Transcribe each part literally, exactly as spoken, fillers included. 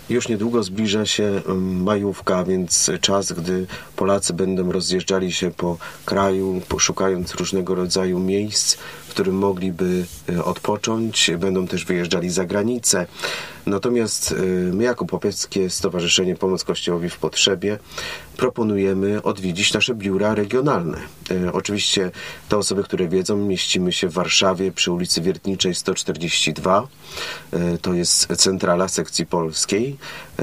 Już niedługo zbliża się majówka, więc czas, gdy Polacy będą rozjeżdżali się po kraju, poszukając różnego rodzaju miejsc, w którym mogliby odpocząć. Będą też wyjeżdżali za granicę. Natomiast my jako Popieckie Stowarzyszenie Pomoc Kościołowi w Potrzebie proponujemy odwiedzić nasze biura regionalne. Oczywiście te osoby, które wiedzą, mieścimy się w Warszawie przy ulicy Wiertniczej sto czterdzieści dwa. To jest centrala sekcji polskiej,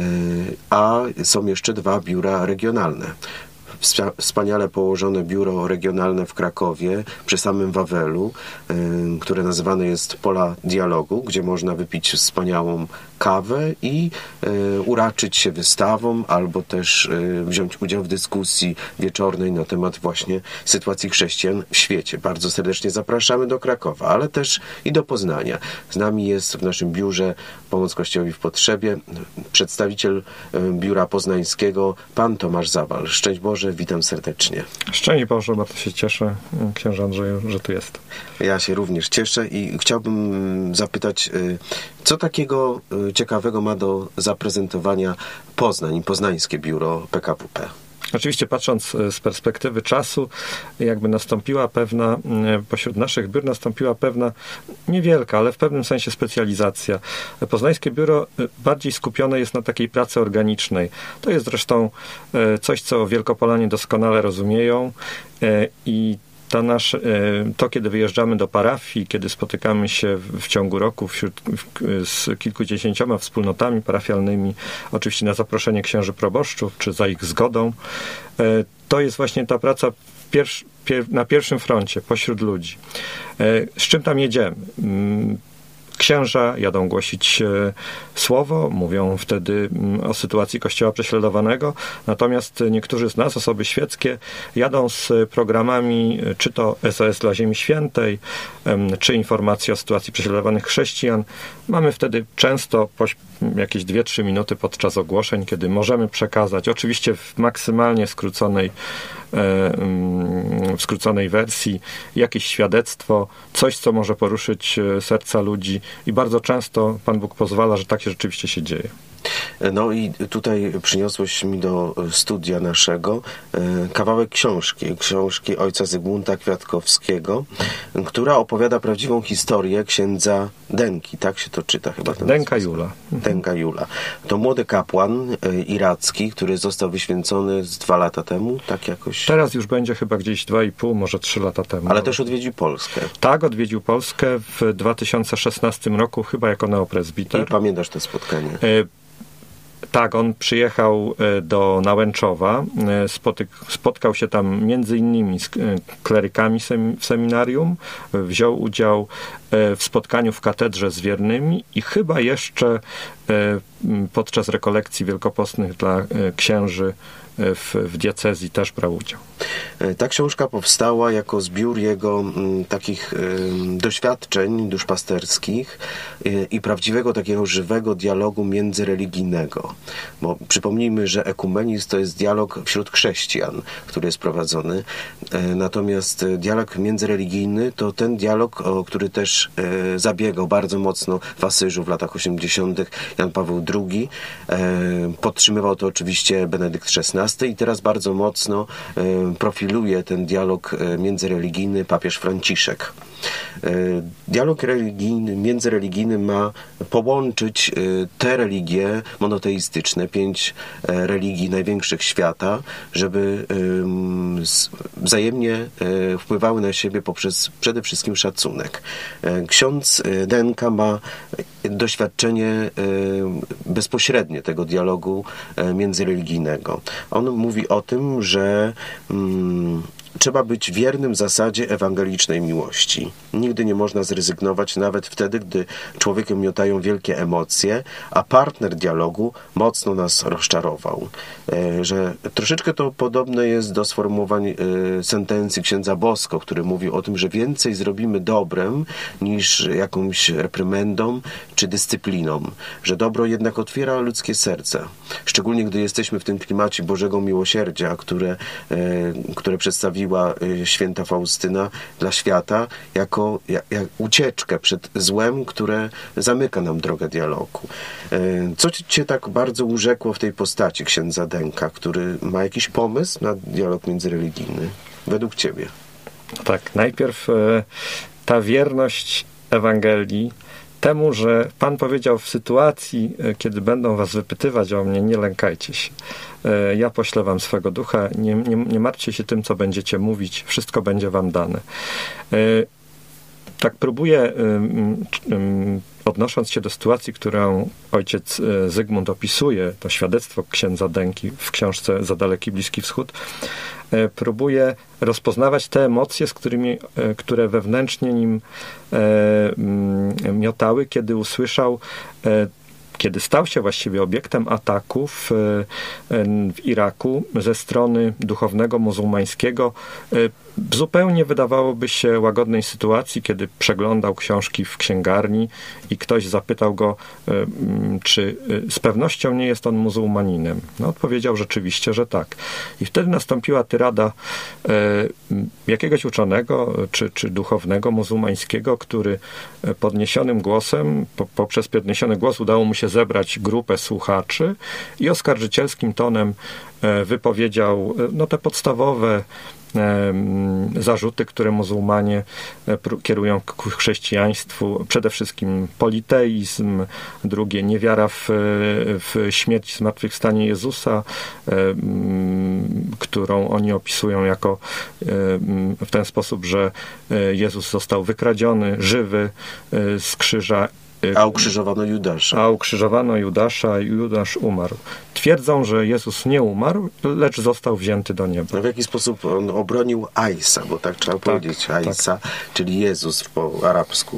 a są jeszcze dwa biura regionalne. Wspaniale położone biuro regionalne w Krakowie, przy samym Wawelu, które nazywane jest Pola Dialogu, gdzie można wypić wspaniałą kawę i uraczyć się wystawą, albo też wziąć udział w dyskusji wieczornej na temat właśnie sytuacji chrześcijan w świecie. Bardzo serdecznie zapraszamy do Krakowa, ale też i do Poznania. Z nami jest w naszym biurze Pomoc Kościołowi w Potrzebie przedstawiciel biura poznańskiego, pan Tomasz Zawal. Szczęść Boże, witam serdecznie. Szczęść Boże, bardzo się cieszę, księże Andrzeju, że tu jest. Ja się również cieszę i chciałbym zapytać, co takiego ciekawego ma do zaprezentowania Poznań i poznańskie biuro P K W P? Oczywiście, patrząc z perspektywy czasu, jakby nastąpiła pewna, pośród naszych biur nastąpiła pewna, niewielka, ale w pewnym sensie specjalizacja. Poznańskie biuro bardziej skupione jest na takiej pracy organicznej. To jest zresztą coś, co Wielkopolanie doskonale rozumieją i To, nasz, to, kiedy wyjeżdżamy do parafii, kiedy spotykamy się w ciągu roku wśród, z kilkudziesięcioma wspólnotami parafialnymi, oczywiście na zaproszenie księży proboszczów, czy za ich zgodą, to jest właśnie ta praca pierwsz, pier, na pierwszym froncie, pośród ludzi. Z czym tam jedziemy? Księża jadą głosić słowo, mówią wtedy o sytuacji Kościoła prześladowanego, natomiast niektórzy z nas, osoby świeckie, jadą z programami, czy to S O S dla Ziemi Świętej, czy informacje o sytuacji prześladowanych chrześcijan. Mamy wtedy często jakieś dwie trzy minuty podczas ogłoszeń, kiedy możemy przekazać, oczywiście w maksymalnie skróconej w skróconej wersji, jakieś świadectwo, coś, co może poruszyć serca ludzi i bardzo często Pan Bóg pozwala, że tak się rzeczywiście się dzieje. No i tutaj przyniosłeś mi do studia naszego kawałek książki, książki ojca Zygmunta Kwiatkowskiego, która opowiada prawdziwą historię księdza Denki, tak się to czyta chyba. Ten Denka Jula. Denka Jula. To młody kapłan iracki, który został wyświęcony z dwa lata temu, tak jakoś. Teraz już będzie chyba gdzieś dwa i pół, może trzy lata temu. Ale też odwiedził Polskę. Tak, odwiedził Polskę w dwa tysiące szesnastym roku, chyba jako neopresbiter. I pamiętasz to spotkanie? Tak, on przyjechał do Nałęczowa, spotyk, spotkał się tam między innymi z klerykami sem, w seminarium, wziął udział w spotkaniu w katedrze z wiernymi i chyba jeszcze podczas rekolekcji wielkopostnych dla księży w, w diecezji też brał udział. Ta książka powstała jako zbiór jego m, takich y, doświadczeń duszpasterskich y, i prawdziwego takiego żywego dialogu międzyreligijnego. Bo przypomnijmy, że ekumenizm to jest dialog wśród chrześcijan, który jest prowadzony. Y, natomiast dialog międzyreligijny to ten dialog, o który też y, zabiegał bardzo mocno w Asyżu w latach osiemdziesiątych Jan Paweł drugi. Y, podtrzymywał to oczywiście Benedykt szesnasty i teraz bardzo mocno y, profiluje ten dialog międzyreligijny papież Franciszek. Dialog religijny, międzyreligijny ma połączyć te religie monoteistyczne, pięć religii największych świata, żeby wzajemnie wpływały na siebie poprzez przede wszystkim szacunek. Ksiądz Denka ma doświadczenie bezpośrednie tego dialogu międzyreligijnego. On mówi o tym, że mm, trzeba być wiernym zasadzie ewangelicznej miłości. Nigdy nie można zrezygnować, nawet wtedy, gdy człowiekiem miotają wielkie emocje, a partner dialogu mocno nas rozczarował. E, że troszeczkę to podobne jest do sformułowań e, sentencji księdza Bosko, który mówił o tym, że więcej zrobimy dobrem niż jakąś reprymendą czy dyscypliną. Że dobro jednak otwiera ludzkie serce. Szczególnie, gdy jesteśmy w tym klimacie Bożego Miłosierdzia, które, e, które przedstawiło przedstawiła święta Faustyna dla świata jako jak, jak ucieczkę przed złem, które zamyka nam drogę dialogu. Co cię tak bardzo urzekło w tej postaci księdza Denka, który ma jakiś pomysł na dialog międzyreligijny, według ciebie? Tak, najpierw ta wierność Ewangelii temu, że Pan powiedział w sytuacji, kiedy będą was wypytywać o mnie, nie lękajcie się. Ja poślę wam swego ducha, nie, nie, nie martwcie się tym, co będziecie mówić, wszystko będzie wam dane. Tak próbuję, odnosząc się do sytuacji, którą ojciec Zygmunt opisuje, to świadectwo księdza Denki w książce Za daleki Bliski Wschód, próbuję rozpoznawać te emocje, z którymi, które wewnętrznie nim miotały, kiedy usłyszał, kiedy stał się właściwie obiektem ataków w Iraku ze strony duchownego muzułmańskiego, w zupełnie wydawałoby się łagodnej sytuacji, kiedy przeglądał książki w księgarni i ktoś zapytał go, czy z pewnością nie jest on muzułmaninem. No, odpowiedział rzeczywiście, że tak. I wtedy nastąpiła tyrada jakiegoś uczonego czy, czy duchownego muzułmańskiego, który podniesionym głosem, po, poprzez podniesiony głos udało mu się zebrać grupę słuchaczy i oskarżycielskim tonem wypowiedział no, te podstawowe zarzuty, które muzułmanie kierują ku chrześcijaństwu. Przede wszystkim politeizm, drugie niewiara w, w śmierć, zmartwychwstanie Jezusa, którą oni opisują jako w ten sposób, że Jezus został wykradziony, żywy z krzyża. A ukrzyżowano Judasza. A ukrzyżowano Judasza i Judasz umarł. Twierdzą, że Jezus nie umarł, lecz został wzięty do nieba. A w jaki sposób on obronił Aisa, bo tak trzeba tak, powiedzieć, Aisa, tak. Czyli Jezus po arabsku.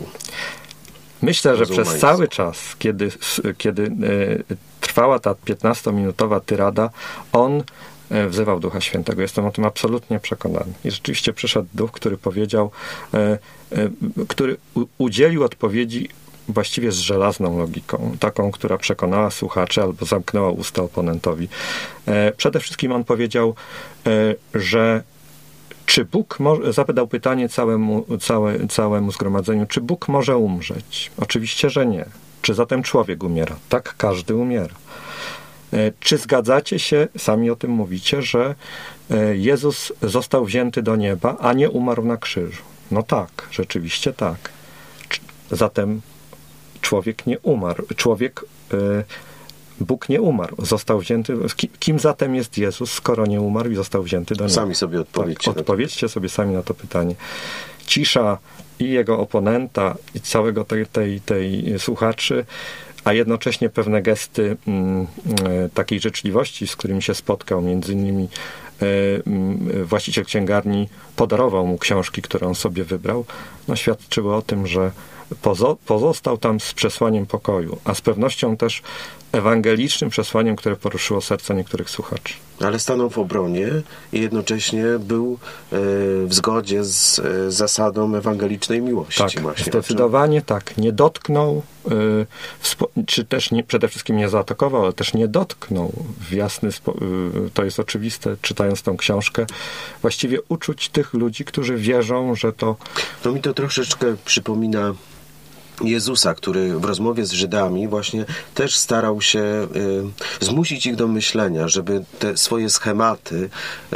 Myślę, że przez cały czas, kiedy, kiedy e, trwała ta piętnastominutowa tyrada, on e, wzywał Ducha Świętego. Jestem o tym absolutnie przekonany. I rzeczywiście przyszedł Duch, który powiedział, e, e, który u, udzielił odpowiedzi właściwie z żelazną logiką, taką, która przekonała słuchaczy albo zamknęła usta oponentowi. E, przede wszystkim on powiedział, e, że czy Bóg może, zadał pytanie całemu, całe, całemu zgromadzeniu, czy Bóg może umrzeć? Oczywiście, że nie. Czy zatem człowiek umiera? Tak, każdy umiera. E, czy zgadzacie się, sami o tym mówicie, że e, Jezus został wzięty do nieba, a nie umarł na krzyżu? No tak, rzeczywiście tak. Zatem człowiek nie umarł. Człowiek, y, Bóg nie umarł. Został wzięty... Kim zatem jest Jezus, skoro nie umarł i został wzięty do nieba? Sami sobie odpowiedzcie. Tak, odpowiedzcie sobie sami na to pytanie. Cisza i jego oponenta, i całego tej, tej, tej słuchaczy, a jednocześnie pewne gesty mm, y, takiej życzliwości, z którymi się spotkał, między innymi y, y, właściciel księgarni podarował mu książki, które on sobie wybrał, no świadczyło o tym, że Pozo- pozostał tam z przesłaniem pokoju, a z pewnością też ewangelicznym przesłaniem, które poruszyło serca niektórych słuchaczy. Ale stanął w obronie i jednocześnie był e, w zgodzie z e, zasadą ewangelicznej miłości. Tak, właśnie. zdecydowanie tak. Nie dotknął, e, spo- czy też nie, przede wszystkim nie zaatakował, ale też nie dotknął w jasny sposób, e, to jest oczywiste, czytając tą książkę, właściwie uczuć tych ludzi, którzy wierzą, że to... To mi to troszeczkę przypomina Jezusa, który w rozmowie z Żydami właśnie też starał się y, zmusić ich do myślenia, żeby te swoje schematy,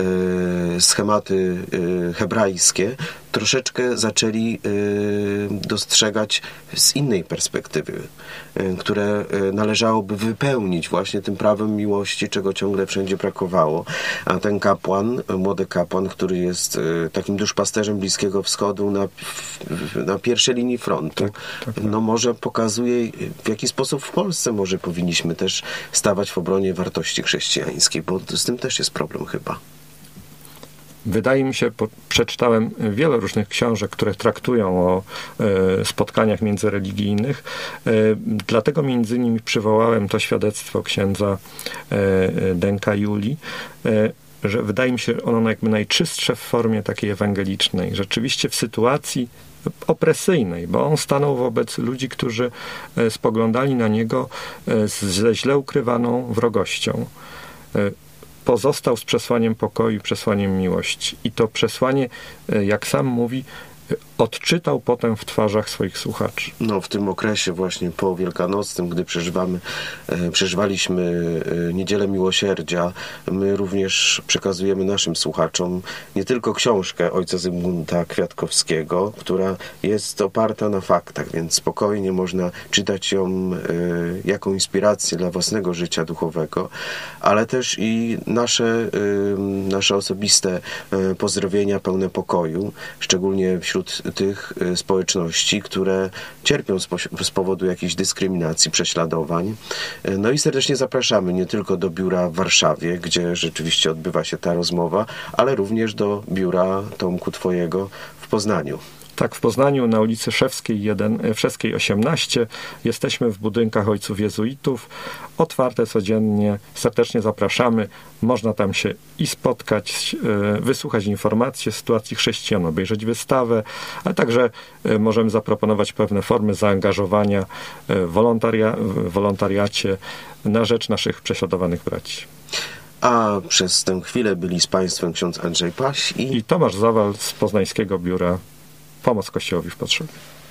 y, schematy y, hebrajskie troszeczkę zaczęli y, dostrzegać z innej perspektywy, y, które y, należałoby wypełnić właśnie tym prawem miłości, czego ciągle wszędzie brakowało. A ten kapłan, młody kapłan, który jest y, takim duszpasterzem Bliskiego Wschodu na, w, na pierwszej linii frontu, tak, tak, tak. no może pokazuje, w jaki sposób w Polsce może powinniśmy też stawać w obronie wartości chrześcijańskiej, bo z tym też jest problem chyba. Wydaje mi się, po, przeczytałem wiele różnych książek, które traktują o e, spotkaniach międzyreligijnych. E, dlatego między innymi przywołałem to świadectwo księdza e, Denka Julii, e, że wydaje mi się ono jakby najczystsze w formie takiej ewangelicznej. Rzeczywiście w sytuacji opresyjnej, bo on stanął wobec ludzi, którzy e, spoglądali na niego e, ze źle ukrywaną wrogością. E, pozostał z przesłaniem pokoju, przesłaniem miłości. I to przesłanie, jak sam mówi, odczytał potem w twarzach swoich słuchaczy. No, w tym okresie właśnie po Wielkanocnym, gdy przeżywamy, e, przeżywaliśmy e, Niedzielę Miłosierdzia, my również przekazujemy naszym słuchaczom nie tylko książkę ojca Zygmunta Kwiatkowskiego, która jest oparta na faktach, więc spokojnie można czytać ją e, jako inspirację dla własnego życia duchowego, ale też i nasze, e, nasze osobiste e, pozdrowienia pełne pokoju, szczególnie wśród tych społeczności, które cierpią z powodu jakiejś dyskryminacji, prześladowań. No i serdecznie zapraszamy nie tylko do biura w Warszawie, gdzie rzeczywiście odbywa się ta rozmowa, ale również do biura Tomku Twojego w Poznaniu. Tak, w Poznaniu na ulicy Szewskiej, jeden, Szewskiej osiemnaście jesteśmy w budynkach Ojców Jezuitów. Otwarte codziennie. Serdecznie zapraszamy. Można tam się i spotkać, wysłuchać informacji o sytuacji chrześcijan, obejrzeć wystawę, ale także możemy zaproponować pewne formy zaangażowania w wolontaria, w wolontariacie na rzecz naszych prześladowanych braci. A przez tę chwilę byli z Państwem ksiądz Andrzej Paś i, i Tomasz Zawal z Poznańskiego Biura Pomoc Kościołowi w Potrzebie.